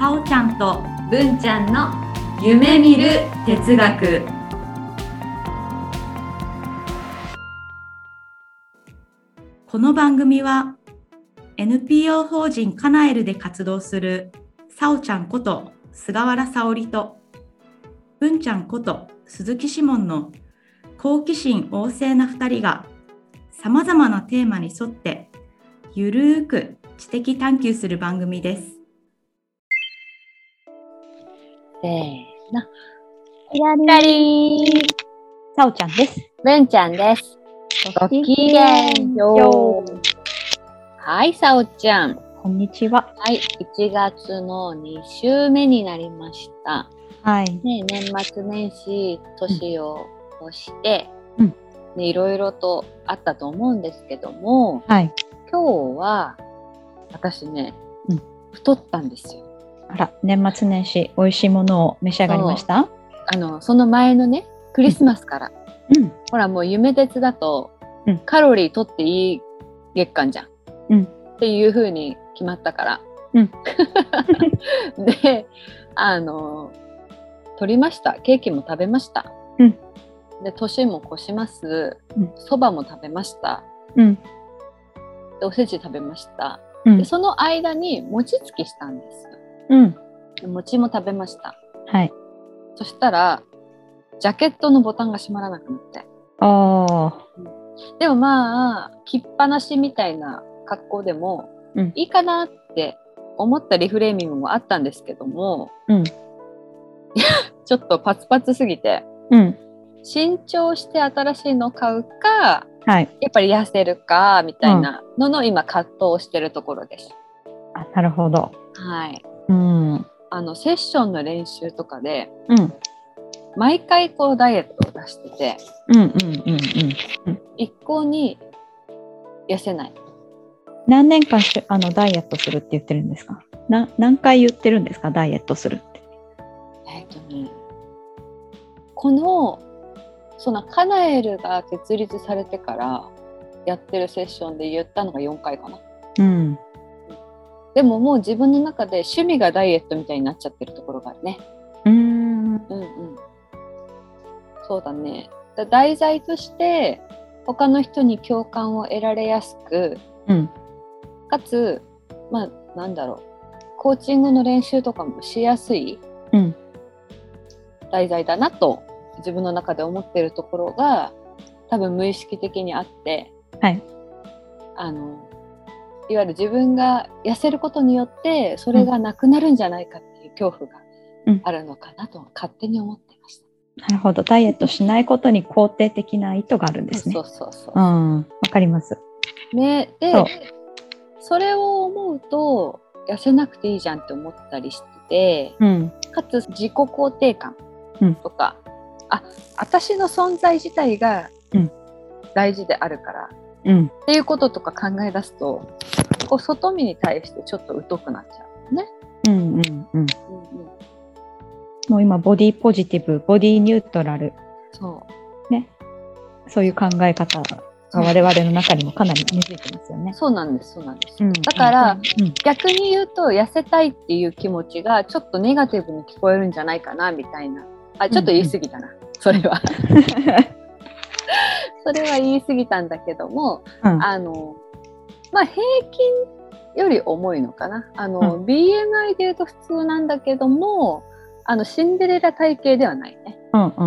さおちゃんと文ちゃんの夢見る哲学。この番組は NPO 法人カナエルで活動するさおちゃんこと菅原さおりと文ちゃんこと鈴木志門の好奇心旺盛な2人がさまざまなテーマに沿ってゆるーく知的探求する番組です。 せーの。 左さおちゃんです。 文ちゃんです。ごきげんよう。はい、さおちゃん。 こんにちは。 はい、1月の2週目になりました。 はい。 ね、年末年始、年を越して、ね、いろいろとあったと思うんですけども、 はい。 今日は私ね、太ったんですよ。 あら、年末年始美味しいものを召し上がりました？ その前のね、クリスマスから、ほらもう夢鉄だと、カロリー取っていい月間じゃん、っていう風に決まったから、で取りました。ケーキも食べました、で年も越します。そばも食べました、でおせち食べました、でその間に餅つきしたんですよ。で餅も食べました。 はい。 そしたらジャケットのボタンが閉まらなくなって、でもまあ着っぱなしみたいな格好でもいいかなって思ったリフレーミングもあったんですけども、ちょっとパツパツすぎて、新調して新しいの買うか、やっぱり痩せるかみたいなのの今葛藤をしてるところです。 なるほど。 はい。セッションの練習とかで、毎回こうダイエットを出してて、一向に痩せない。 何年間ダイエットするって言ってるんですか？何回言ってるんですか？ダイエットするって。 そのカナエルが設立されてからやってるセッションで言ったのが4回かな。でももう自分の中で趣味がダイエットみたいになっちゃってるところがあるね。そうだね。題材として他の人に共感を得られやすく、かつコーチングの練習とかもしやすい題材だなと自分の中で思っているところが多分無意識的にあって、いわゆる自分が痩せることによってそれがなくなるんじゃないかっていう恐怖があるのかなと勝手に思ってました。 なるほど。ダイエットしないことに肯定的な意図があるんですね。わかります。 ね、でそれを思うと痩せなくていいじゃんって思ったりしてて、かつ自己肯定感とか、私の存在自体が大事であるから、っていうこととか考え出すと、こう外見に対してちょっと疎くなっちゃうね。 もう今ボディポジティブ、ボディニュートラル、そういう考え方が我々の中にもかなり根付いてますよね。 そうなんです。だから、逆に言うと痩せたいっていう気持ちがちょっとネガティブに聞こえるんじゃないかなみたいな。ちょっと言い過ぎたな、それは。それは言い過ぎたんだけども、平均より重いのかな。BMI で言うと普通なんだけども、シンデレラ体型ではないね。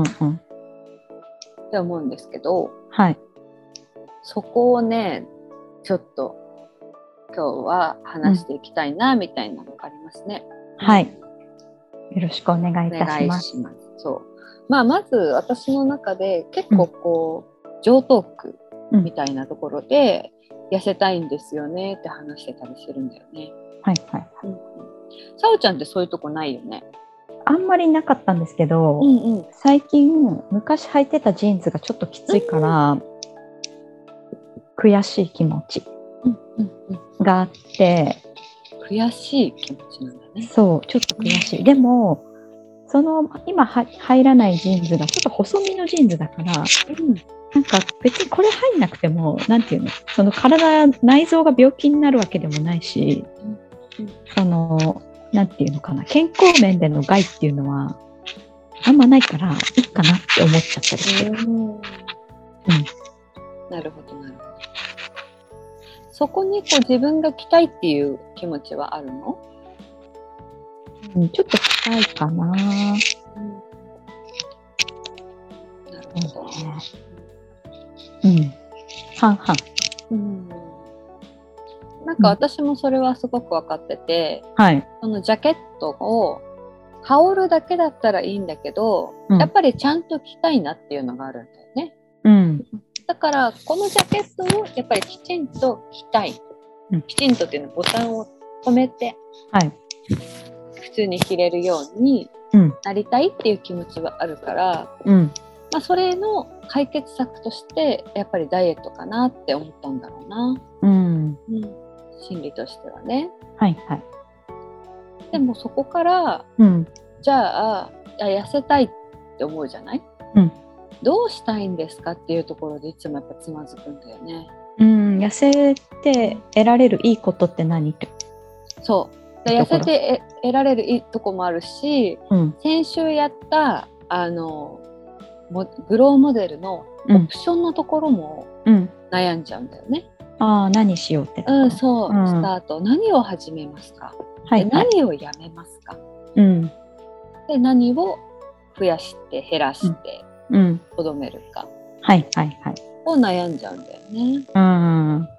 って思うんですけど、そこをね、ちょっと今日は話していきたいなみたいなのがありますね。 よろしくお願いいたします。 まず私の中で結構こう、常トークみたいなところで、痩せたいんですよねって話してたりするんだよね。さおちゃんってそういうとこないよね？ あんまりなかったんですけど、最近昔履いてたジーンズがちょっときついから、悔しい気持ちがあって、 悔しい気持ちなんだね。 そう、ちょっと悔しい。でも今入らないジーンズがちょっと細身のジーンズだから、なんか別にこれ入んなくても、なんていうの、その内臓が病気になるわけでもないし、 なんていうのかな、健康面での害っていうのはあんまないからいいかなって思っちゃったりして。 なるほどなるほど。そこにこう自分が来たいっていう気持ちはあるの？ ちょっと来たいかな。 なるほど。 半々。 なんか私もそれはすごく分かってて、そのジャケットを羽織るだけだったらいいんだけど、やっぱりちゃんと着たいなっていうのがあるんだよね。だからこのジャケットをやっぱりきちんと着たい、きちんとっていうのはボタンを止めて、普通に着れるようになりたいっていう気持ちはあるから、それの解決策としてやっぱりダイエットかなって思ったんだろうな。心理としてはね。でもそこから、じゃあ痩せたいって思うじゃない？どうしたいんですかっていうところでいつもやっぱつまずくんだよね。 痩せて得られるいいことって何って。 そうで痩せて得られるいいとこもあるし、先週やったグローモデルのオプションのところも悩んじゃうんだよね。 何しようってとこ。 スタート何を始めますか、何をやめますか、で何を増やして減らしてとどめるかを悩んじゃうんだよね。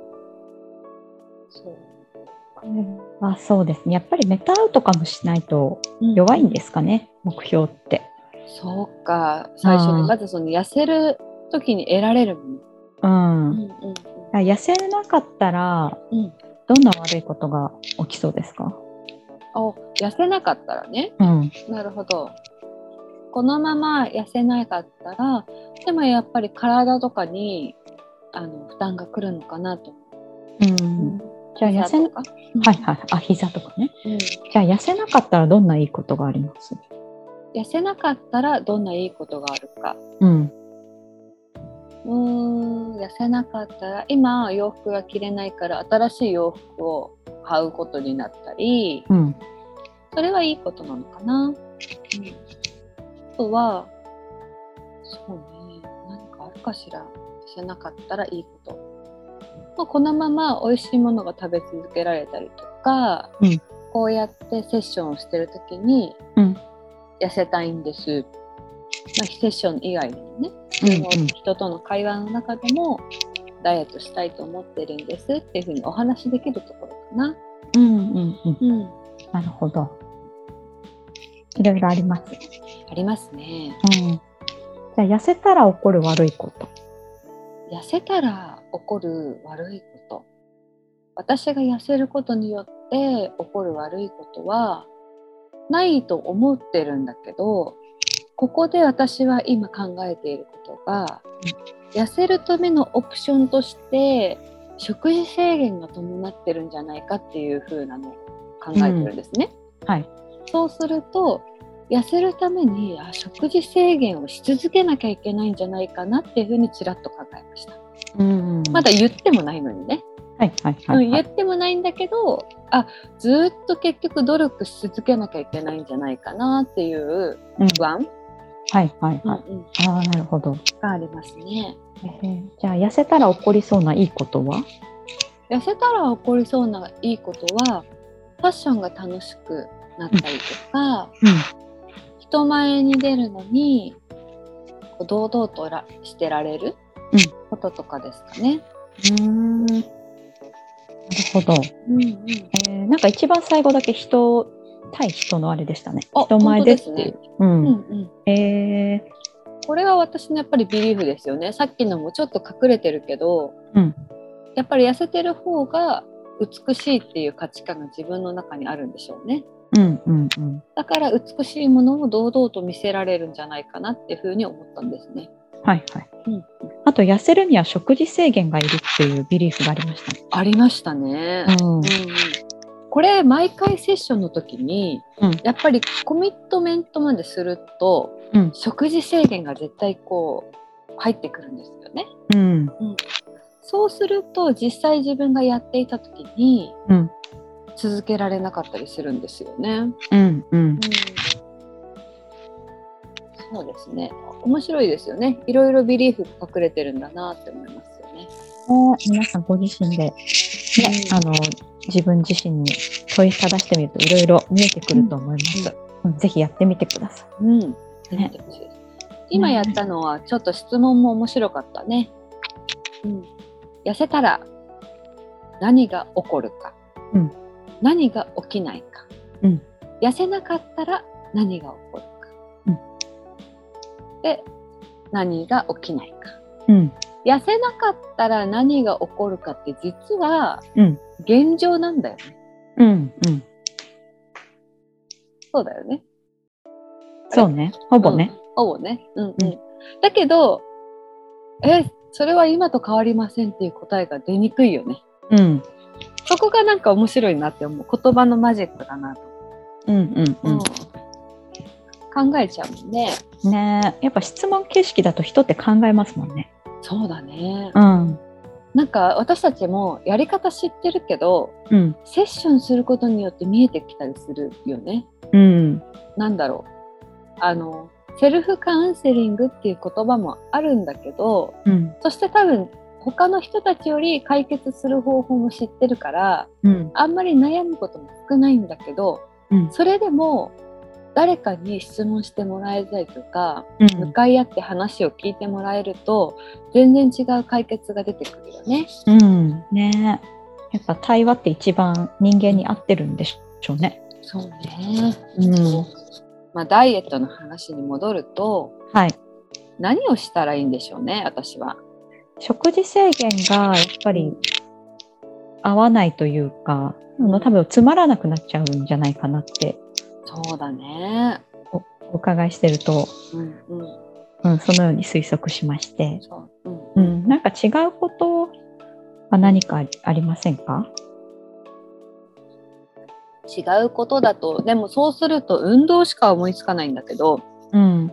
そうですね。やっぱりメタアウトかもしないと弱いんですかね、目標って。 そうか、最初にまずその痩せる時に得られるもの。 痩せなかったら、どんな悪いことが起きそうですか？ 痩せなかったらね、なるほど。このまま痩せなかったら、でもやっぱり体とかに負担がくるのかなと。 じゃあ痩せなかったら、膝とかね。じゃあ痩せなかったらどんないいことがあります？ 痩せなかったらどんないいことがあるか。痩せなかったら今洋服が着れないから新しい洋服を買うことになったり、それはいいことなのかな。あとはそうね、何かあるかしら。痩せなかったらいいこと、このまま美味しいものが食べ続けられたりとか、こうやってセッションをしてる時に、痩せたいんです、セッション以外でもね、人との会話の中でもダイエットしたいと思ってるんですっていうふうにお話できるところかな。 なるほど。いろいろあります。 ありますね。 じゃあ痩せたら起こる悪いこと。 痩せたら起こる悪いこと。私が痩せることによって起こる悪いことはないと思ってるんだけど、ここで私は今考えていることが、痩せるためのオプションとして食事制限が伴ってるんじゃないかっていう風なのを考えてるんですね。そうすると痩せるために食事制限をし続けなきゃいけないんじゃないかなっていう風にちらっと考えました。まだ言ってもないのにね。言ってもないんだけど、ずっと結局努力し続けなきゃいけないんじゃないかなっていう不安、 なるほど。 がありますね。 じゃあ痩せたら起こりそうないいことは？ 痩せたら起こりそうないいことは、ファッションが楽しくなったりとか、人前に出るのに堂々としてられることとかですかね。 なるほど。なんか一番最後だけ対人のあれでしたね。人前でっていう。 これは私のやっぱりビリーフですよね。さっきのもちょっと隠れてるけど、やっぱり痩せてる方が美しいっていう価値観が自分の中にあるんでしょうね。だから美しいものを堂々と見せられるんじゃないかなっていうふうに思ったんですね。 あと痩せるには食事制限がいるっていうビリーフがありましたね。 ありましたね。これ毎回セッションの時に、やっぱりコミットメントまですると、食事制限が絶対こう入ってくるんですよね。そうすると実際自分がやっていた時に、 続けられなかったりするんですよね。そうですね。面白いですよね。いろいろビリーフが隠れてるんだなって思いますよね。 皆さんご自身で、ね、自分自身に問いただしてみるといろいろ見えてくると思います。ぜひやってみてください。 今やったのはちょっと質問も面白かったね。痩せたら何が起こるか、何が起きないか、痩せなかったら何が起こるか、で何が起きないか、痩せなかったら何が起こるかって実は現状なんだよね。そうだよね。 そうね。ほぼね。 だけどそれは今と変わりませんっていう答えが出にくいよね。そこがなんか面白いなって思う。言葉のマジックだなと。考えちゃうもんね。 やっぱ質問形式だと人って考えますもんね。 そうだね。なんか私たちもやり方知ってるけど、セッションすることによって見えてきたりするよね。なんだろう、セルフカウンセリングっていう言葉もあるんだけど、そして多分他の人たちより解決する方法も知ってるから、あんまり悩むことも少ないんだけど、それでも誰かに質問してもらえたりとか、向かい合って話を聞いてもらえると全然違う解決が出てくるよね。 やっぱ対話って一番人間に合ってるんでしょうね。 そうね。ダイエットの話に戻ると、何をしたらいいんでしょうね。私は食事制限がやっぱり合わないというか、多分つまらなくなっちゃうんじゃないかなって。 そうだね。 お伺いしてると、そのように推測しまして、なんか違うことは何かありませんか？ 違うことだと、でもそうすると運動しか思いつかないんだけど、例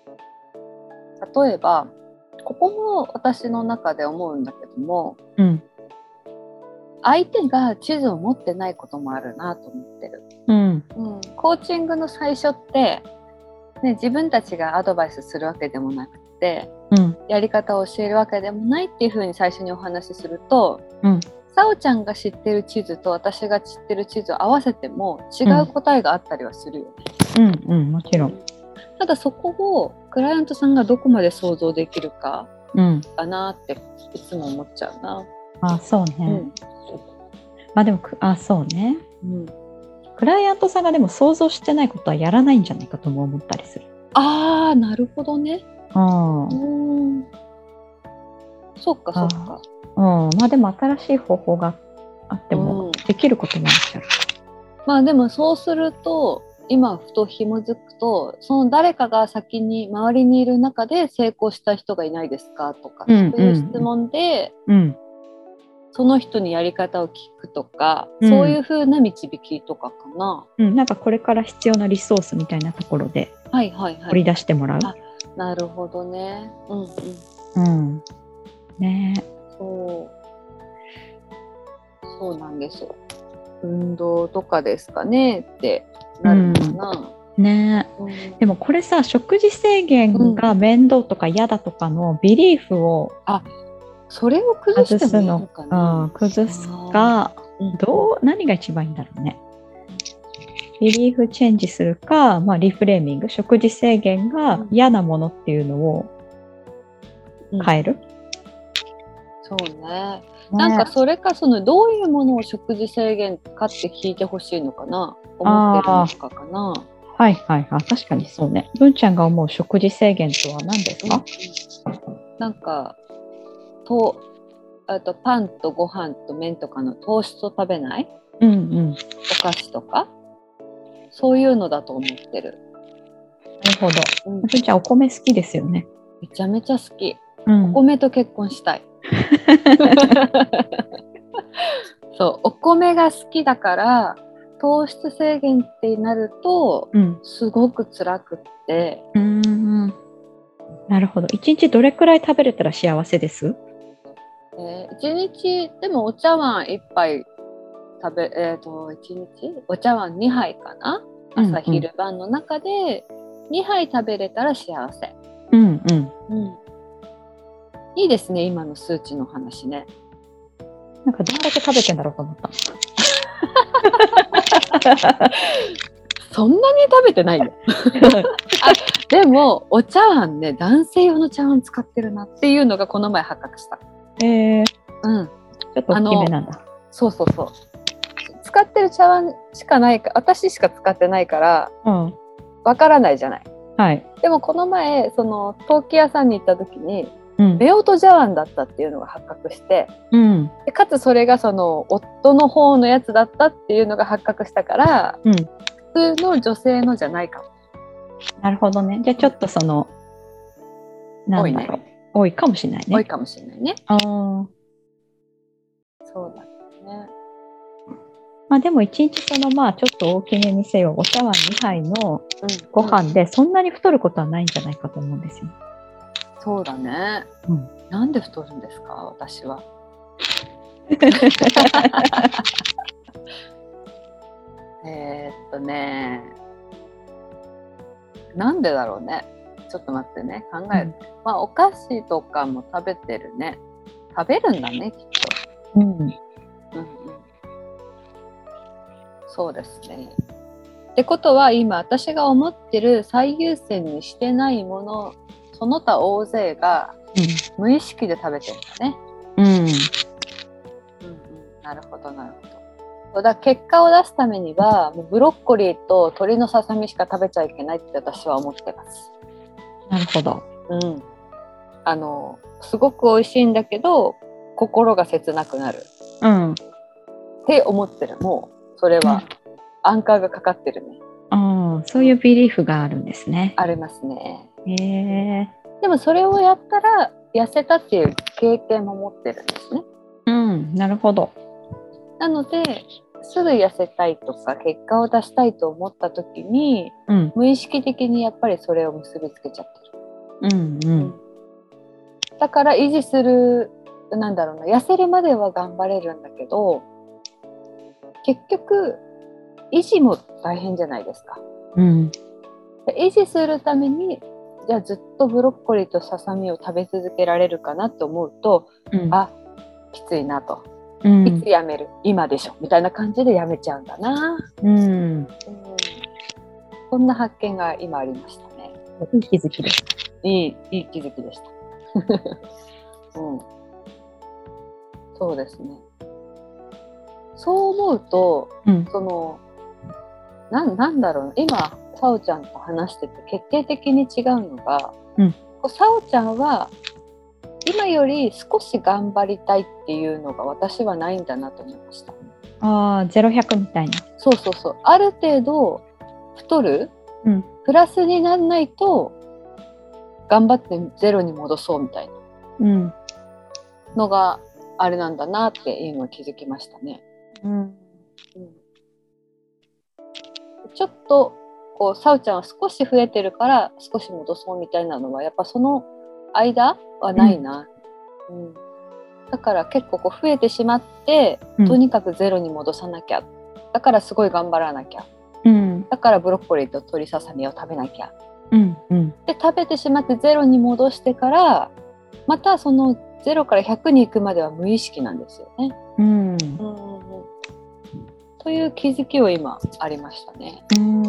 えばここも私の中で思うんだけども、相手が地図を持ってないこともあるなと思ってる。コーチングの最初って、自分たちがアドバイスするわけでもなくて、やり方を教えるわけでもないっていうふうに最初にお話しすると、さおちゃんが知ってる地図と私が知ってる地図を合わせても違う答えがあったりはするよね。 もちろん。 ただそこをクライアントさんがどこまで想像できるかかなっていつも思っちゃうな。 そうね。でもそうね。クライアントさんがでも想像してないことはやらないんじゃないかとも思ったりする。 なるほどね。そっかそっか。 でも新しい方法があってもできることもあっちゃう。 でもそうすると今ふと紐づくと、その誰かが先に周りにいる中で成功した人がいないですかとか、そういう質問で、その人にやり方を聞くとか、そういう風な導きとかかな。 なんかこれから必要なリソースみたいなところで掘り出してもらう。 なるほどね。そうなんですよ。運動とかですかねってなるかな。 でもこれさ、食事制限が面倒とか嫌だとかのビリーフをそれを崩してもいいのかな。 崩すか、何が一番いいんだろうね。ビリーフチェンジするか、リフレーミング、食事制限が嫌なものっていうのを変える。 そうね。なんかそれか、どういうものを食事制限かって聞いてほしいのかな、思ってるのかな。 確かにそうね。文ちゃんが思う食事制限とは何ですか？ なんかあとパンとご飯と麺とかの糖質を食べない、お菓子とかそういうのだと思ってる。 なるほど。文ちゃんお米好きですよね。 めちゃめちゃ好き。お米と結婚したい。お米が好きだから糖質制限ってなると、すごく辛くって。 なるほど。1日どれくらい食べれたら幸せです？ 1日でもお茶碗1杯 1日お茶碗2杯かな、朝昼晩の中で2杯食べれたら幸せ。 うんうんうん、いいですね、今の数値の話ね。 なんかどんだけ食べてんだろうと思った。 そんなに食べてないよ。でもお茶碗ね、男性用の茶碗使ってるなっていうのがこの前発覚した。 うん、ちょっと大きめなんだ。 そうそうそう。使ってる茶碗しかないか、私しか使ってないから、わからないじゃない。 はい。 でもこの前その陶器屋さんに行った時に、夫婦茶碗だったっていうのが発覚して、でかつそれがその夫の方のやつだったっていうのが発覚したから、普通の女性のじゃないかも。なるほどね。じゃあちょっとそのなんだろう、多いかもしれないね。 多いかもしれないね。そうだね。 まあでも一日そのちょっと大きめにせよ、お茶碗2杯のご飯でそんなに太ることはないんじゃないかと思うんですよ。 そうだね。なんで太るんですか、私は。なんでだろうね。ちょっと待ってね、考える。お菓子とかも食べてるね。食べるんだね、きっと。そうですね。ってことは今私が思ってる最優先にしてないもの、その他大勢が無意識で食べてるんだね。なるほどなるほど。だから結果を出すためにはもうブロッコリーと鶏のささみしか食べちゃいけないって私は思ってます。 なるほど。 すごく美味しいんだけど心が切なくなる、って思ってる。もうそれはアンカーがかかってるね。 そういうビリーフがあるんですね。 ありますね。でもそれをやったら痩せたっていう経験も持ってるんですね。 なるほど。 なのですぐ痩せたいとか結果を出したいと思った時に、無意識的にやっぱりそれを結びつけちゃってる。だから維持する、なんだろうな、痩せるまでは頑張れるんだけど結局維持も大変じゃないですか。維持するためにじゃあずっとブロッコリーとささみを食べ続けられるかなと思うと、きついなと、いつやめる、今でしょみたいな感じでやめちゃうんだな。そんな発見が今ありましたね。 いい気づきでした。 いい気づきでした。そうですね。そう思うと、そのなんだろうな、今さおちゃんと話してて決定的に違うのが、さおちゃんは今より少し頑張りたいっていうのが私はないんだなと思いました。 0-100みたいな。 そうそうそう。ある程度太る、プラスにならないと頑張ってゼロに戻そうみたいなのがあれなんだなっていうのを気づきましたね。ちょっとこうさおちゃんは少し増えてるから少し戻そうみたいなのはやっぱその間はないな。だから結構こう増えてしまって、とにかくゼロに戻さなきゃ、だからすごい頑張らなきゃ、だからブロッコリーと鶏ささみを食べなきゃ、で食べてしまってゼロに戻してからまたその0から100に行くまでは無意識なんですよね。という気づきを今ありましたね。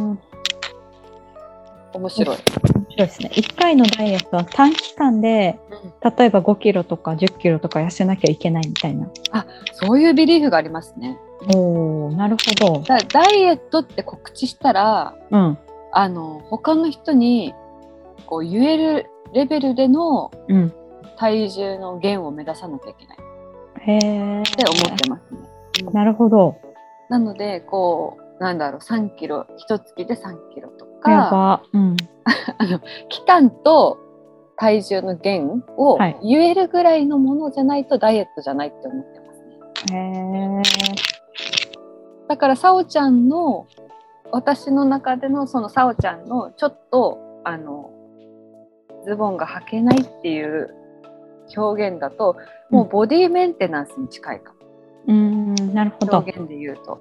面白いですね。1回のダイエットは短期間で、例えば5キロとか10キロとか痩せなきゃいけないみたいな。 そういうビリーフがありますね。 なるほど。 ダイエットって告知したら、他の人にこう言えるレベルでの体重の減を目指さなきゃいけないって思ってますね。 なるほど。 なのでこうなんだろう、3キロ1月で3キロとか、期間と体重の減を言えるぐらいのものじゃないとダイエットじゃないって思ってますね。だからさおちゃんの、私の中でのそのさおちゃんのちょっとズボンが履けないっていう表現だと、もうボディメンテナンスに近いかも。 なるほど。 表現で言うと。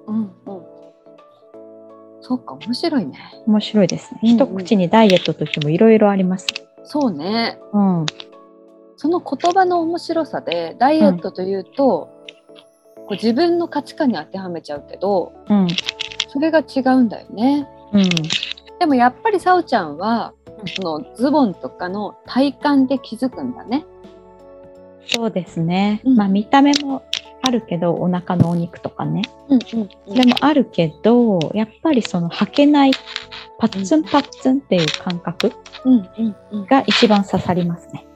そうか、面白いね。 面白いですね。一口にダイエットとしてもいろいろあります。 そうね。その言葉の面白さでダイエットというと、こう自分の価値観に当てはめちゃうけど、それが違うんだよね。でもやっぱりさおちゃんは、そのズボンとかの体感で気づくんだね。 そうですね。見た目もあるけど、お腹のお肉とかね。それもあるけど、やっぱりその履けないパッツンパッツンっていう感覚が一番刺さりますね。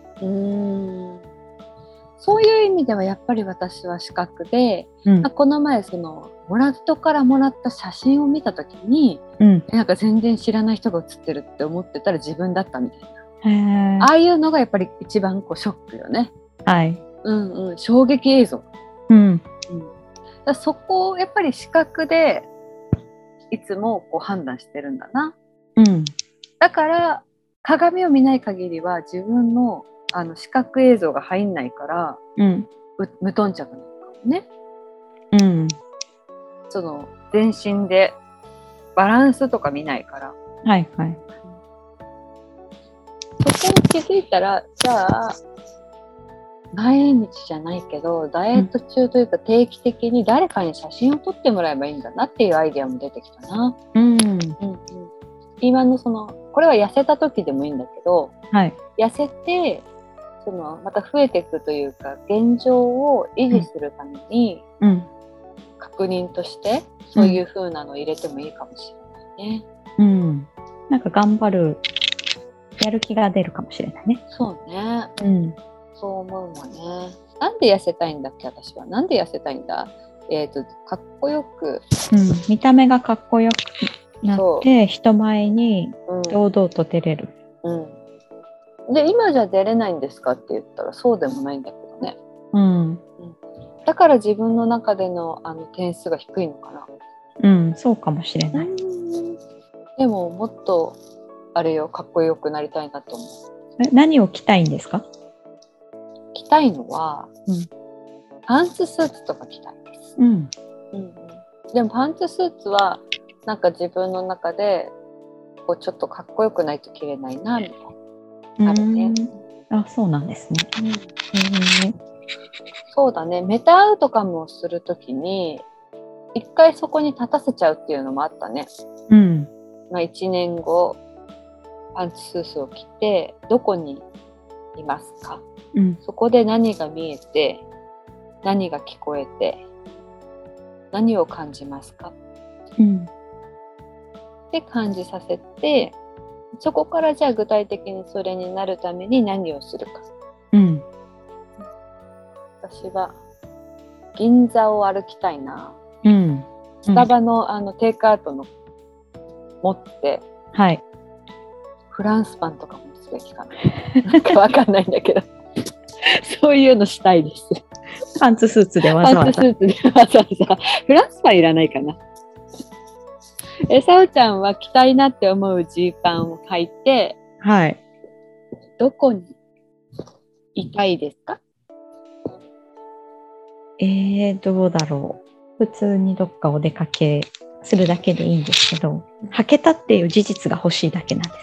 そういう意味ではやっぱり私は視覚で、この前その人からもらった写真を見た時に、なんか全然知らない人が写ってるって思ってたら自分だったみたいな。ああいうのがやっぱり一番こうショックよね。衝撃映像。だそこをやっぱり視覚でいつもこう判断してるんだな。だから鏡を見ない限りは自分の視覚映像が入んないから、無頓着なのかもね。その全身でバランスとか見ないから。そこを気づいたら、じゃあ毎日じゃないけどダイエット中というか定期的に誰かに写真を撮ってもらえばいいんだなっていうアイデアも出てきたな。今のこれは痩せた時でもいいんだけど、痩せてまた増えていくというか現状を維持するために、確認としてそういう風なのを入れてもいいかもしれないね。 なんか頑張るやる気が出るかもしれないね。 そうね。そう思うもんね。なんで痩せたいんだっけ、私は。なんで痩せたいんだ。かっこよく、 見た目がかっこよくなって人前に堂々と出れる。 で、今じゃ出れないんですかって言ったらそうでもないんだけどね。だから自分の中での点数が低いのかな。そうかもしれない。 でももっとあれよ、かっこよくなりたいなと思う。 何を着たいんですか？ 着たいのは、パンツスーツとか着たいです。でもパンツスーツはなんか自分の中でこうちょっとかっこよくないと着れないなみたいなあるね。 そうなんですね。 そうだね。メタアウトかもするときに一回そこに立たせちゃうっていうのもあったね。1年後パンツスーツを着てどこにいますか？そこで何が見えて何が聞こえて何を感じますか？って感じさせて、そこからじゃあ具体的にそれになるために何をするか。私は銀座を歩きたいな。スタバのテイクアウトの持って、フランスパンとかもすべきかな。なんかわかんないんだけどそういうのしたいです。 パンツスーツでわざわざ。 フランスパンいらないかな。さおちゃんは着たいなって思うジーパンを履いて、どこにいたいですか？ どうだろう。普通にどっかお出かけするだけでいいんですけど、履けたっていう事実が欲しいだけなんです。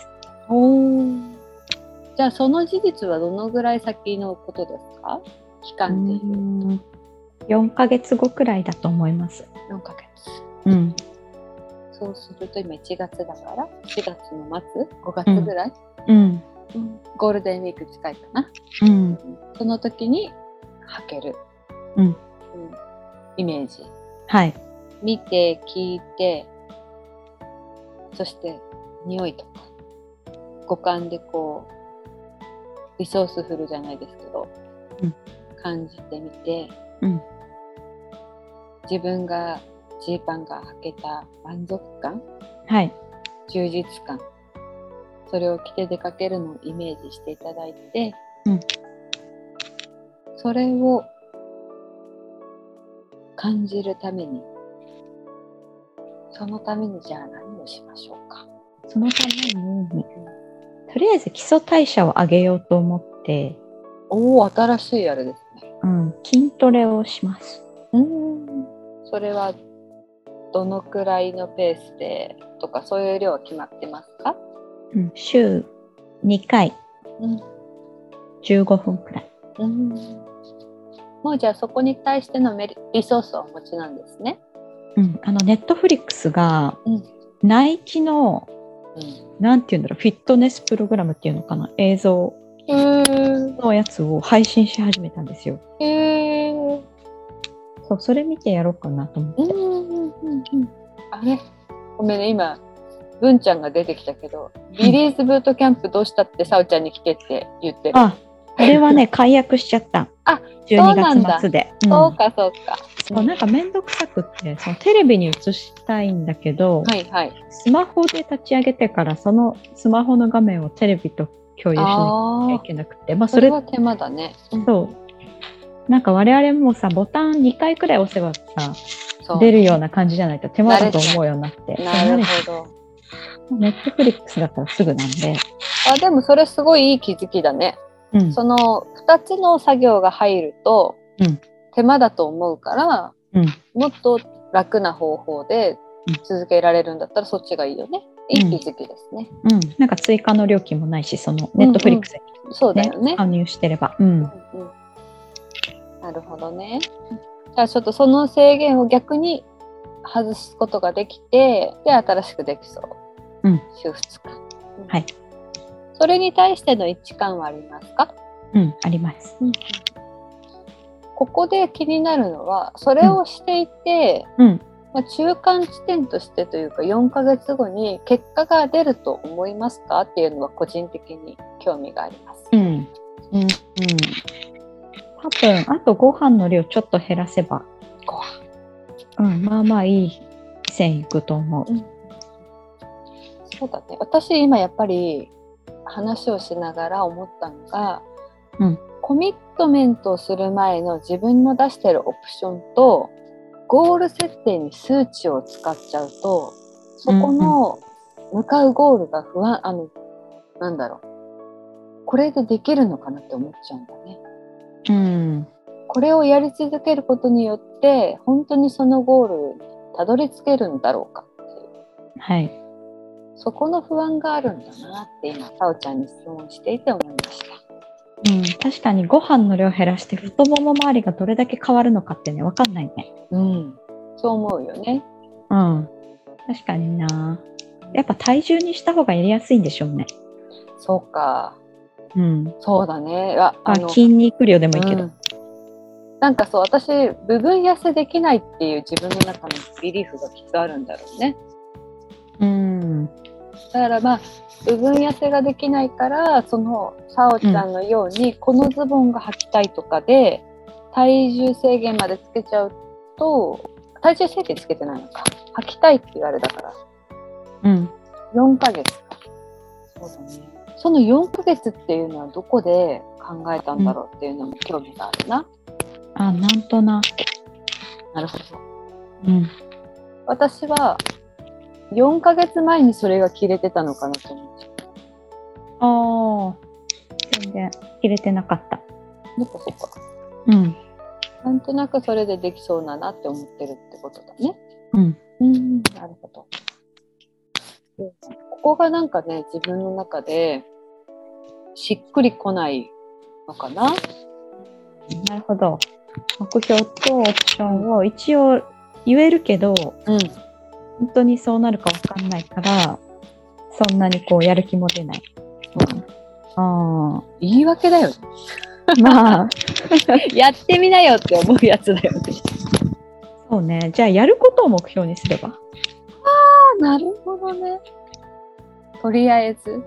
じゃあその事実はどのぐらい先のことですか？期間でいうと。 4ヶ月後くらいだと思います。 4ヶ月。そうすると今1月だから4月の末5月ぐらい、ゴールデンウィーク近いかな。その時に履ける、イメージ。見て聞いて、そして匂いとか五感でこうリソースフルじゃないですけど、感じてみて、自分がジーパンが履けた満足感、充実感、それを着て出かけるのをイメージしていただいて、それを感じるために、そのためにじゃあ何をしましょうか。 そのためにとりあえず基礎代謝を上げようと思って、 新しいあれですね。 筋トレをします。 それはどのくらいのペースでとか、そういう量は決まってますか？ 週2回、15分くらい。 もうじゃあそこに対してのリソースをお持ちなんですね。 ネットフリックスが、ナイキの、なんていうんだろう、フィットネスプログラムっていうのかな、映像のやつを配信し始めたんですよ。そう、それ見てやろうかなと思って。 あれ、ごめんね、今文ちゃんが出てきたけど、ビリーズブートキャンプどうしたってさおちゃんに来てって言ってる。 あれはね、解約しちゃった。12月末で。 そうかそうか。 そう、なんかめんどくさくって、そのテレビに映したいんだけど、スマホで立ち上げてから、そのスマホの画面をテレビと共有しなきゃいけなくて、 それは手間だね。 そう。なんか我々もさ、ボタン2回くらい押せばさ、出るような感じじゃないと手間だと思うようになって。 なるほど。 ネットフリックスだったらすぐなんで。 でもそれすごいいい気づきだね。その2つの作業が入ると手間だと思うから、もっと楽な方法で続けられるんだったらそっちがいいよね。いい気づきですね。 なんか追加の料金もないし、そのネットフリックスに、 そうだよね。 加入してれば。 なるほどね。じゃあちょっとその制限を逆に外すことができて、で新しくできそう。週2日。 はい。 それに対しての一致感はありますか？ あります。 ここで気になるのは、それをしていて、中間地点としてというか、4ヶ月後に結果が出ると思いますかっていうのは個人的に興味があります。 多分あとご飯の量ちょっと減らせば、まあまあいい線いくと思う。 そうだね。私今やっぱり話をしながら思ったのが、コミットメントをする前の自分の出してるオプションとゴール設定に数値を使っちゃうと、そこの向かうゴールが不安、なんだろう、これでできるのかなって思っちゃうんだね。これをやり続けることによって本当にそのゴールにたどり着けるんだろうかっていう、そこの不安があるんだなって今さおちゃんに質問していて思いました。 確かにご飯の量減らして太もも周りがどれだけ変わるのかってね、分かんないね。 そう思うよね。 確かにな。やっぱ体重にした方がやりやすいんでしょうね。 そうか。そうだね。 筋肉量でもいいけど、 なんかそう、私部分痩せできないっていう自分の中のビリーフがきっとあるんだろうね。だから部分痩せができないから、そのさおちゃんのように、このズボンが履きたいとかで体重制限までつけちゃうと、体重制限つけてないのか、履きたいって言われたから、4ヶ月か。そうだね。その4ヶ月っていうのはどこで考えたんだろうっていうのも興味があるな。 なんとなく。 なるほど。私は4ヶ月前にそれが切れてたのかなと思って。 全然切れてなかった。 そっか。なんとなくそれでできそうだなって思ってるってことだね。なるほど。ここがなんかね、自分の中でしっくりこないのかな。 なるほど。目標とオプションを一応言えるけど、本当にそうなるか分かんないから、そんなにやる気も出ない。 言い訳だよね。やってみなよって思うやつだよね。 そうね。じゃあやることを目標にすれば。 なるほどね。とりあえず。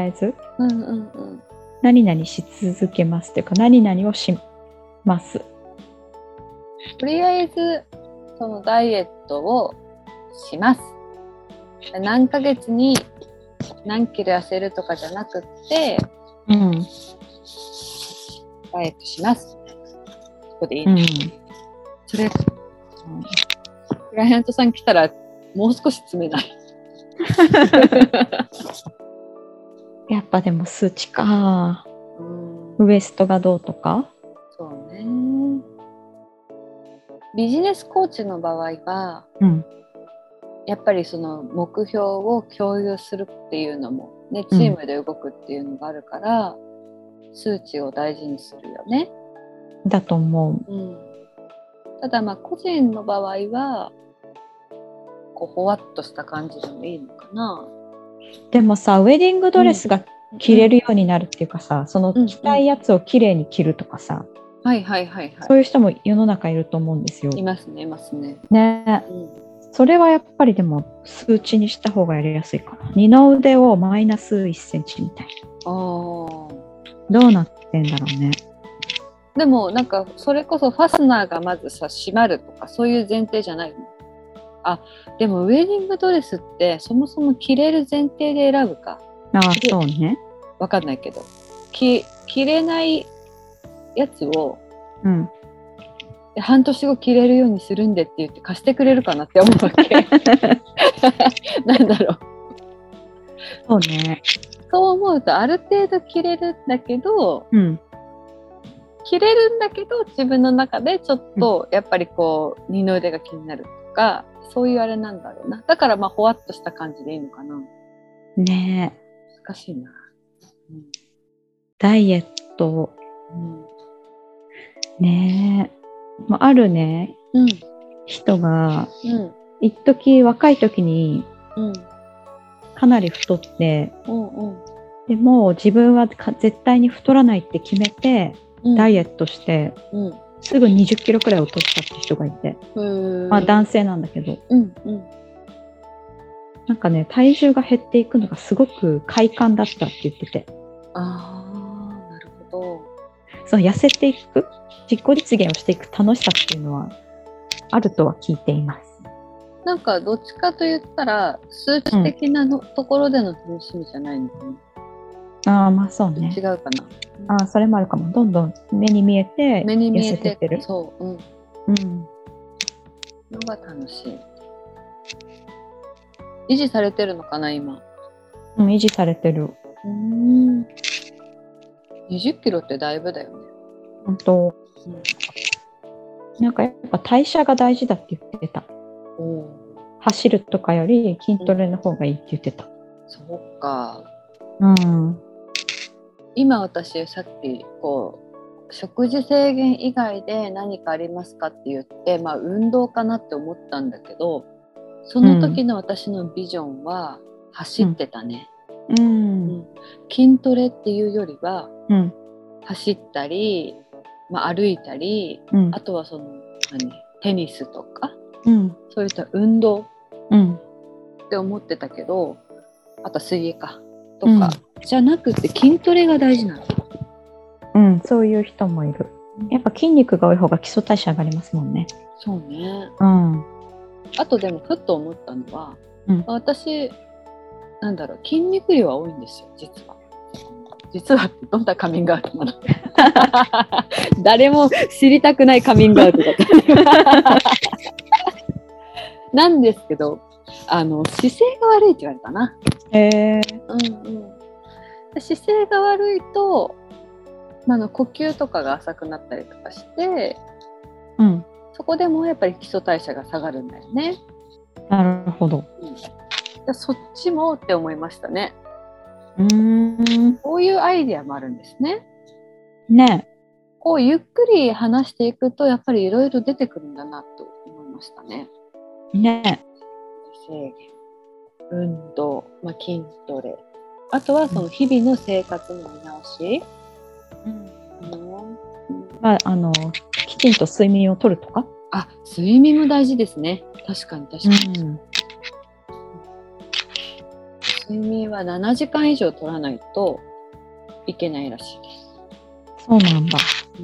何々し続けますというか、何々をします。 とりあえずそのダイエットをします。何ヶ月に何キロ痩せるとかじゃなくって、ダイエットします。そこでいいね。それ、クライアントさん来たらもう少し詰めない。 やっぱでも数値か。ウエストがどうとか。 そうね。 ビジネスコーチの場合は、やっぱりその目標を共有するっていうのも、ね、チームで動くっていうのがあるから、数値を大事にするよね。 だと思う。 ただ個人の場合はこうほわっとした感じでもいいのかな。 でもさ、ウェディングドレスが着れるようになるっていうかさ、その着たいやつをきれいに着るとかさ、そういう人も世の中いると思うんですよ。 いますね。 ね、それはやっぱりでも数値にした方がやりやすいかな。二の腕をマイナス1センチみたいな。どうなってんだろうね。 でもなんかそれこそファスナーがまずさ閉まるとかそういう前提じゃないの？でもウェディングドレスってそもそも着れる前提で選ぶか。 そうね。 わかんないけど着れないやつを、半年後着れるようにするんでって言って貸してくれるかなって思うわけ。なんだろう。 そうね。 そう思うとある程度着れるんだけど、着れるんだけど自分の中でちょっとやっぱりこう二の腕が気になるとか、そういうあれなんだろうな。だからほわっとした感じでいいのかな。 ねえ。難しいな。 ダイエット。ねえ。あるね、人が、一時若い時に、かなり太って、でも自分は絶対に太らないって決めて、ダイエットして、すぐ20キロくらい落としたって人がいて、男性なんだけど、なんかね、体重が減っていくのがすごく快感だったって言ってて。 なるほど。 その痩せていく、自己実現をしていく楽しさっていうのはあるとは聞いています。 なんかどっちかと言ったら数値的なところでの楽しみじゃないのかな。そうね。 違うかな。 それもあるかも。どんどん目に見えて痩せてってる。 そう。のが楽しい。維持されてるのかな今。 維持されてる。 20キロってだいぶだよね。 本当。なんかやっぱ代謝が大事だって言ってた。走るとかより筋トレの方がいいって言ってた。 そうか。今私さっきこう食事制限以外で何かありますかって言って、運動かなって思ったんだけど、その時の私のビジョンは走ってたね。筋トレっていうよりは、走ったり、歩いたり、あとはそのテニスとか、そういった運動って思ってたけど、あと水泳かとか、じゃなくて筋トレが大事なの。 そういう人もいる。やっぱ筋肉が多い方が基礎代謝上がりますもんね。 そうね。あとでもふっと思ったのは、私筋肉量は多いんですよ、実はってどんなカミングアウトなの？誰も知りたくないカミングアウトだったなんですけど、姿勢が悪いって言われたな。姿勢が悪いと、呼吸とかが浅くなったりとかして、そこでもやっぱり基礎代謝が下がるんだよね。 なるほど。 そっちもって思いましたね。こういうアイデアもあるんですね。こうゆっくり話していくとやっぱりいろいろ出てくるんだなと思いましたね。制限、運動、筋トレ、あとはその日々の生活の見直し、 きちんと睡眠をとるとか。 睡眠も大事ですね。確かに。睡眠は7時間以上取らないといけないらしいです。 そうなんだ。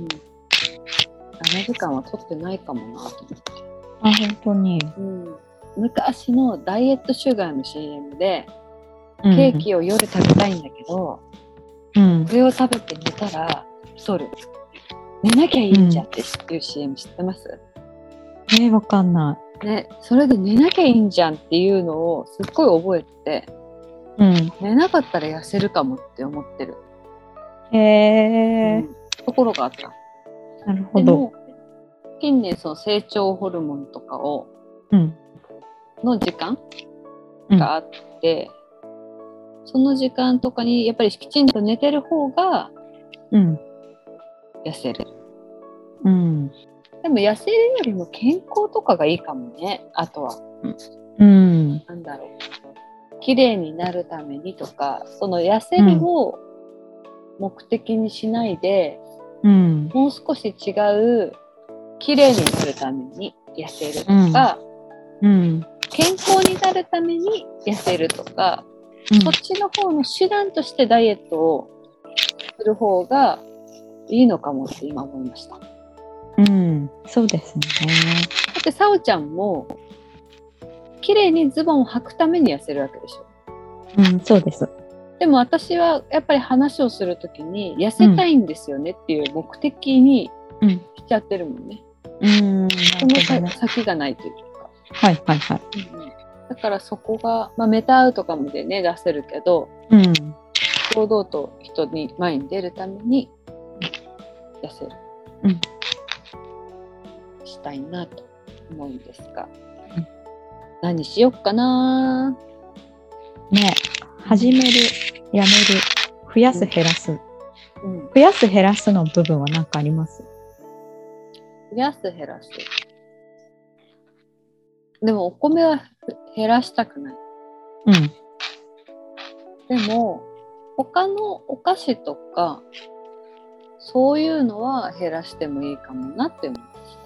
7時間は取ってないかもなと思って。 本当に。 昔のダイエットシュガーの CM で、ケーキを夜食べたいんだけど、これを食べて寝たら太る。寝なきゃいいんじゃんっていう CM 知ってます？ わかんない。 ね、それで寝なきゃいいんじゃんっていうのをすっごい覚えてて、寝なかったら痩せるかもって思ってる。ところがあった。 なるほど。 近年その成長ホルモンとかを、の時間があって、その時間とかにやっぱりきちんと寝てる方が痩せる。でも痩せるよりも健康とかがいいかもね。あとは、なんだろう、綺麗になるためにとか、その痩せるを目的にしないで、もう少し違う綺麗になるために痩せるとか、健康になるために痩せるとか、そっちの方の手段としてダイエットをする方がいいのかもって今思いました。 そうですね。 だってさおちゃんも綺麗にズボンを履くために痩せるわけでしょ。 そうです。 でも私はやっぱり話をするときに痩せたいんですよねっていう目的にしちゃってるもんね。その先がないというか。だからそこが、メタアウトかもでね出せるけど、堂々と人に前に出るために痩せる、したいなと思うんですが、何しよっかなね。始める、やめる、増やす、減らす。増やす、減らすの部分は何かあります？ 増やす、減らす。でもお米は減らしたくない。でも他のお菓子とかそういうのは減らしてもいいかもなって思いました。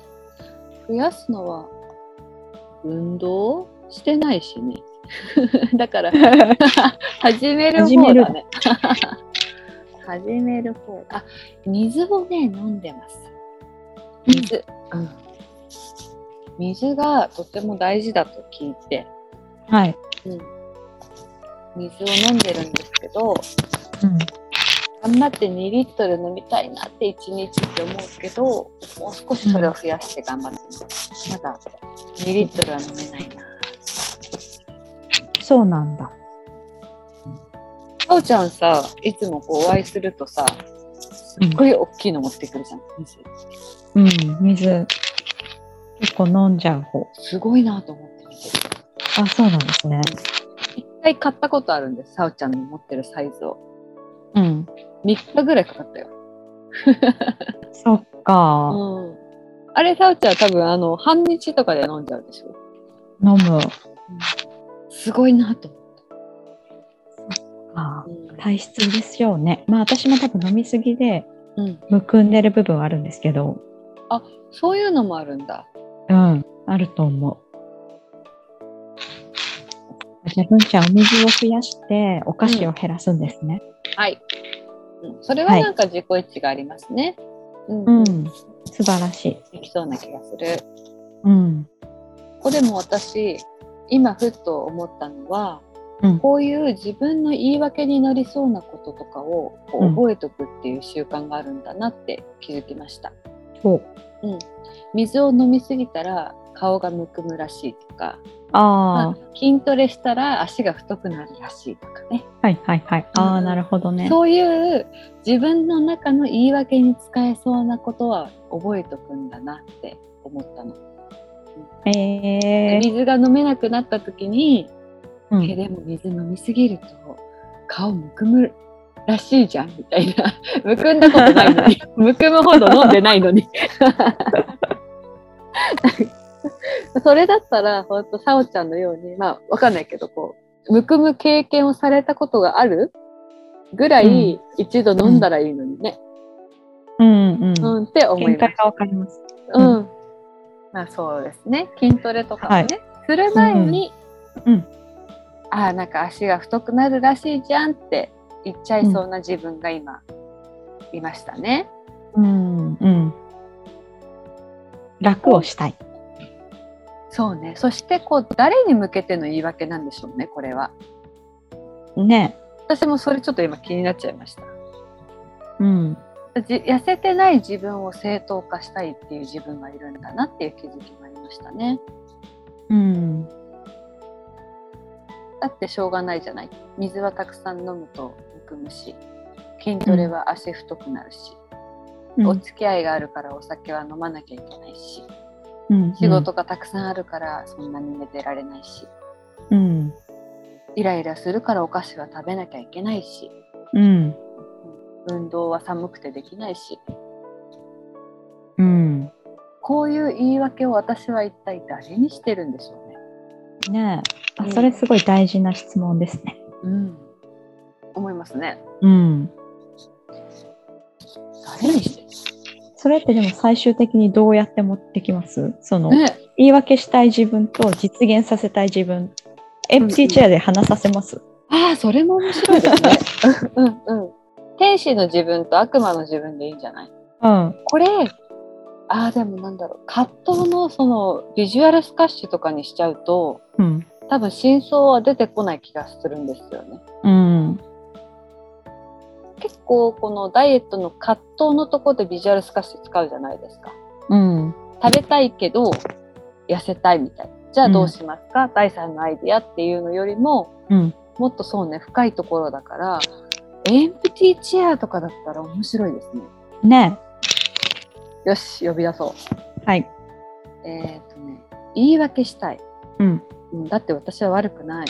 増やすのは運動してないしね。だから始める方だね。始める方。水をね飲んでます。水がとても大事だと聞いて、水を飲んでるんですけど、頑張って2リットル飲みたいなって1日って思うけど、もう少しそれを増やして頑張ってます。まだ2リットルは飲めないな。 そうなんだ。 さおちゃんさ、いつもお会いするとさ、すっごい大きいの持ってくるじゃん、 水結構飲んじゃう方。 すごいなと思って見てる。 そうなんですね。 一回買ったことあるんです、さおちゃんの持ってるサイズを。 3 日ぐらいかかったよ。 そっか。 あれ、さおちゃんは多分半日とかで飲んじゃうでしょ。 飲む。 すごいなと思った。 体質ですよね。私も多分飲みすぎでむくんでる部分はあるんですけど。 そういうのもあるんだ。 あると思う。じゃあ文ちゃん、お水を増やしてお菓子を減らすんですね。 それはなんか自己一致がありますね。 素晴らしい。 できそうな気がする。ここでも私今ふっと思ったのは、こういう自分の言い訳になりそうなこととかを覚えとくっていう習慣があるんだなって気づきました。水を飲みすぎたら顔がむくむらしいとか、筋トレしたら足が太くなるらしいとかね。なるほどね。そういう自分の中の言い訳に使えそうなことは覚えとくんだなって思ったの。水が飲めなくなった時に、でも水飲みすぎると顔むくむらしいじゃんみたいな。むくんだことないのにむくむほど飲んでないのにそれだったらほんとさおちゃんのように、わかんないけどむくむ経験をされたことがあるぐらい一度飲んだらいいのにね。って思います。 見解がわかります。 そうですね。筋トレとかもね、する前に、なんか足が太くなるらしいじゃんって言っちゃいそうな自分が今いましたね。 楽をしたい。 そうね。そして誰に向けての言い訳なんでしょうね、これは。私もそれちょっと今気になっちゃいました。痩せてない自分を正当化したいっていう自分がいるんだなっていう気づきもありましたね。だってしょうがないじゃない。水はたくさん飲むとむくむし、筋トレは足太くなるし、 お付き合いがあるからお酒は飲まなきゃいけないし、仕事がたくさんあるからそんなに寝てられないし、イライラするからお菓子は食べなきゃいけないし、運動は寒くてできないし、こういう言い訳を私は一体誰にしてるんでしょうね。 ねえ、それすごい大事な質問ですね。 思いますね。 誰にしてる？それってでも最終的にどうやって持ってきます？言い訳したい自分と実現させたい自分、エンプティーチェアで話させます？ それも面白いですね。天使の自分と悪魔の自分でいいんじゃない？これでもなんだろう、葛藤のそのビジュアルスカッシュとかにしちゃうと、多分真相は出てこない気がするんですよね。結構このダイエットの葛藤のところでビジュアルスカッシュ使うじゃないですか。食べたいけど痩せたいみたいな。じゃあどうしますか、第3のアイディアっていうのよりも、もっとそうね、深いところだから、エンプティチェアとかだったら面白いですね。 ね。 よし、呼び出そう。 はい。 言い訳したい。だって私は悪くない。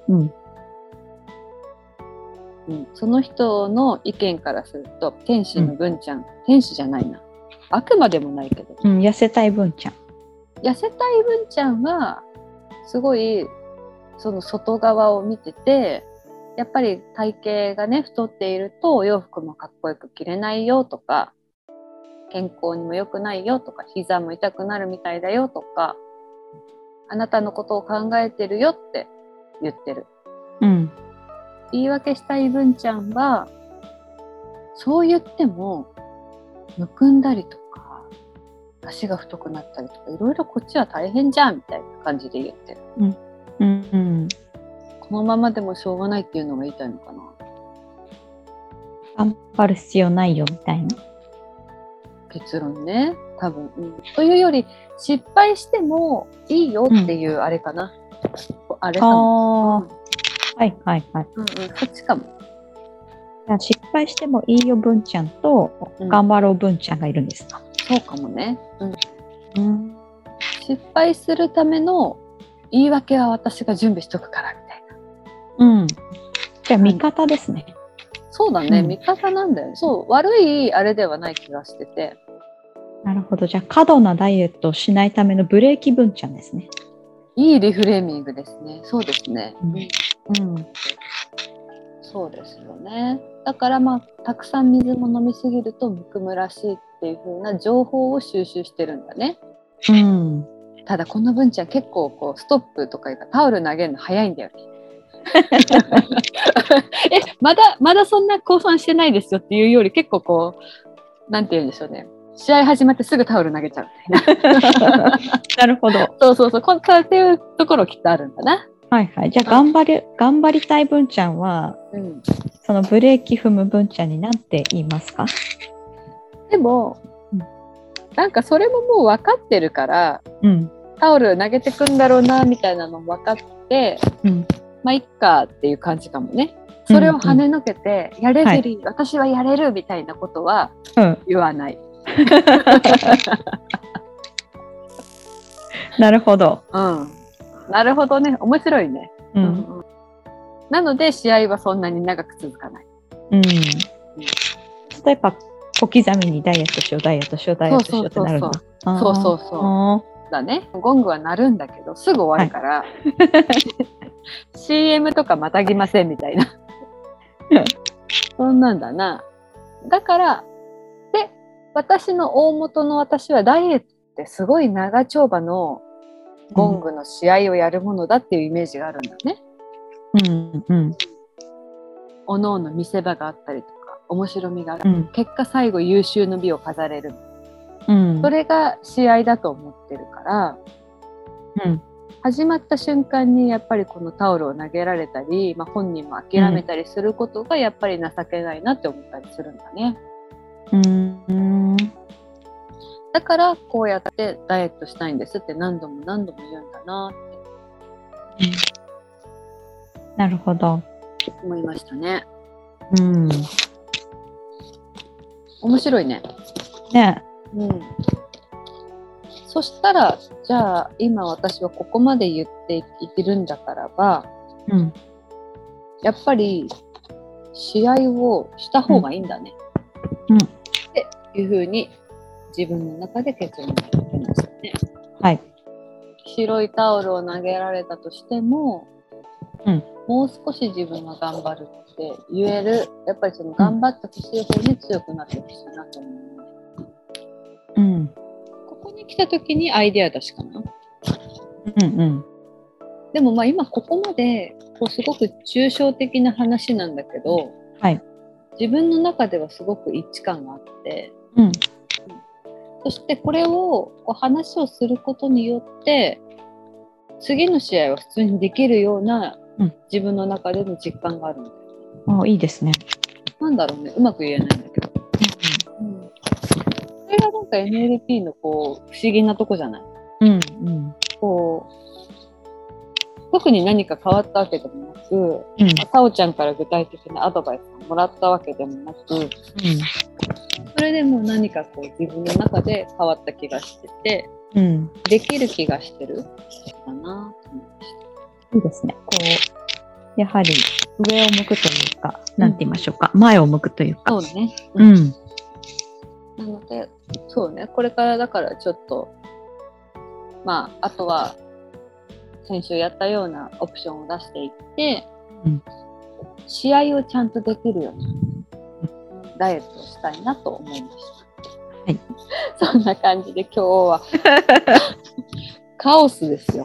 その人の意見からすると、天使の文ちゃん、天使じゃないな。悪魔でもないけど。 痩せたい文ちゃん。 痩せたい文ちゃんは、すごい、その外側を見てて、やっぱり体型がね、太っているとお洋服もかっこよく着れないよとか、健康にも良くないよとか、膝も痛くなるみたいだよとか、あなたのことを考えてるよって言ってる。言い訳したい文ちゃんは、そう言ってもむくんだりとか足が太くなったりとか、いろいろこっちは大変じゃんみたいな感じで言ってる。このままでもしょうがないっていうのが言いたいのかな。 頑張る必要ないよみたいな結論ね、多分、というより失敗してもいいよっていうあれかな、あれかも。 そっちかも。失敗してもいいよ文ちゃんと、頑張ろう文ちゃんがいるんですか？ そうかもね。失敗するための言い訳は私が準備しとくからみたいな。じゃあ味方ですね。 そうだね、味方なんだよね。そう、悪いあれではない気がしてて。 なるほど。じゃあ過度なダイエットをしないためのブレーキ文ちゃんですね。 いいリフレーミングですね。そうですね。そうですよね。だからたくさん水も飲みすぎるとむくむらしいっていう風な情報を収集してるんだね。ただこの文ちゃん結構こうストップとかいうかタオル投げるの早いんだよね。まだそんな興奮してないですよっていうより、結構こうなんて言うんでしょうね。試合始まってすぐタオル投げちゃうみたいな。 なるほど。 そうっていうところきっとあるんだな。 じゃあ頑張りたい文ちゃんは、そのブレーキ踏む文ちゃんに何て言いますか？ でも、なんかそれももう分かってるから、タオル投げてくんだろうなみたいなのも分かって、いっかっていう感じかもね。それを跳ねのけて、やれるり、私はやれるみたいなことは言わない。 なるほど。 なるほどね。面白いね。なので試合はそんなに長く続かない。 例えば小刻みにダイエットしようってなるんだ。 そうだね。ゴングは鳴るんだけどすぐ終わるから、CM とかまたぎませんみたいな。そんなんだな。だからで、私の大元の私はダイエットってすごい長丁場のゴングの試合をやるものだっていうイメージがあるんだね。おのおの見せ場があったりとか面白みがある、結果最後優秀の美を飾れる、それが試合だと思ってるから、始まった瞬間にやっぱりこのタオルを投げられたり、本人も諦めたりすることがやっぱり情けないなって思ったりするんだね。だからこうやってダイエットしたいんですって何度も言うんだなって、 なるほど思いましたね。面白いね。 ね。 そしたらじゃあ今私はここまで言っていけるんだからば、やっぱり試合をした方がいいんだね、っていうふうに自分の中で結論を出しましたね。 はい。 白いタオルを投げられたとしても、もう少し自分が頑張るって言える、やっぱりその頑張ってほしい方に強くなってほしいなと思う。ここに来た時にアイデア出しかな。でもまあ今ここまですごく抽象的な話なんだけど、自分の中ではすごく一致感があって、そしてこれを話をすることによって次の試合は普通にできるような自分の中での実感があるんだよ。 いいですね。 なんだろうね、うまく言えないんだけど、それがなんか NLP の不思議なとこじゃない？特に何か変わったわけでもなく、さおちゃんから具体的なアドバイスをもらったわけでもなく、それでも何か自分の中で変わった気がしてて、できる気がしてるかなと思いました。 いいですね。やはり上を向くというか、なんて言いましょうか、前を向くというか。 そうね。なので、そうね、これからだからちょっと、あとは先週やったようなオプションを出していって、試合をちゃんとできるようにダイエットをしたいなと思いました。そんな感じで今日はカオスですよ。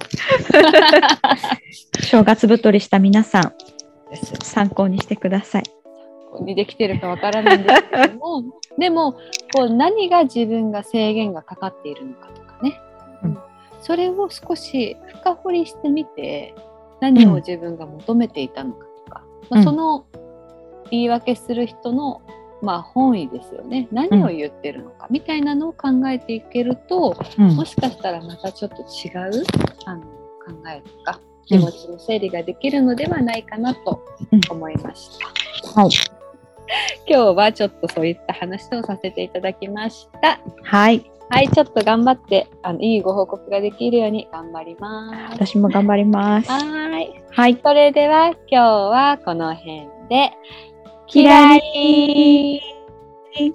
正月太りした皆さん、参考にしてください。 にできてるかわからないんですけども、でも何が自分が制限がかかっているのかとかね、それを少し深掘りしてみて、何を自分が求めていたのかとか、その言い訳する人の本意ですよね。何を言ってるのかみたいなのを考えていけると、もしかしたらまたちょっと違う考えとか気持ちの整理ができるのではないかなと思いました。今日はちょっとそういった話をさせていただきました。ちょっと頑張っていいご報告ができるように頑張ります。 私も頑張ります。 それでは今日はこの辺でキラリー。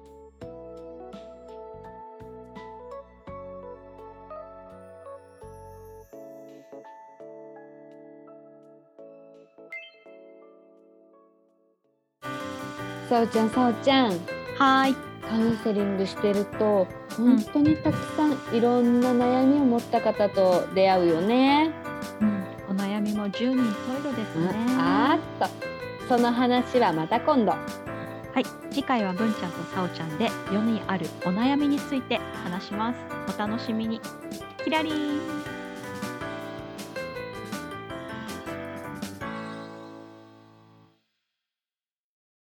さおちゃん、カウンセリングしてると本当にたくさんいろんな悩みを持った方と出会うよね。 お悩みも十人十色ですね。 その話はまた今度。 次回は文ちゃんとさおちゃんで世にあるお悩みについて話します。お楽しみに。キラリーン。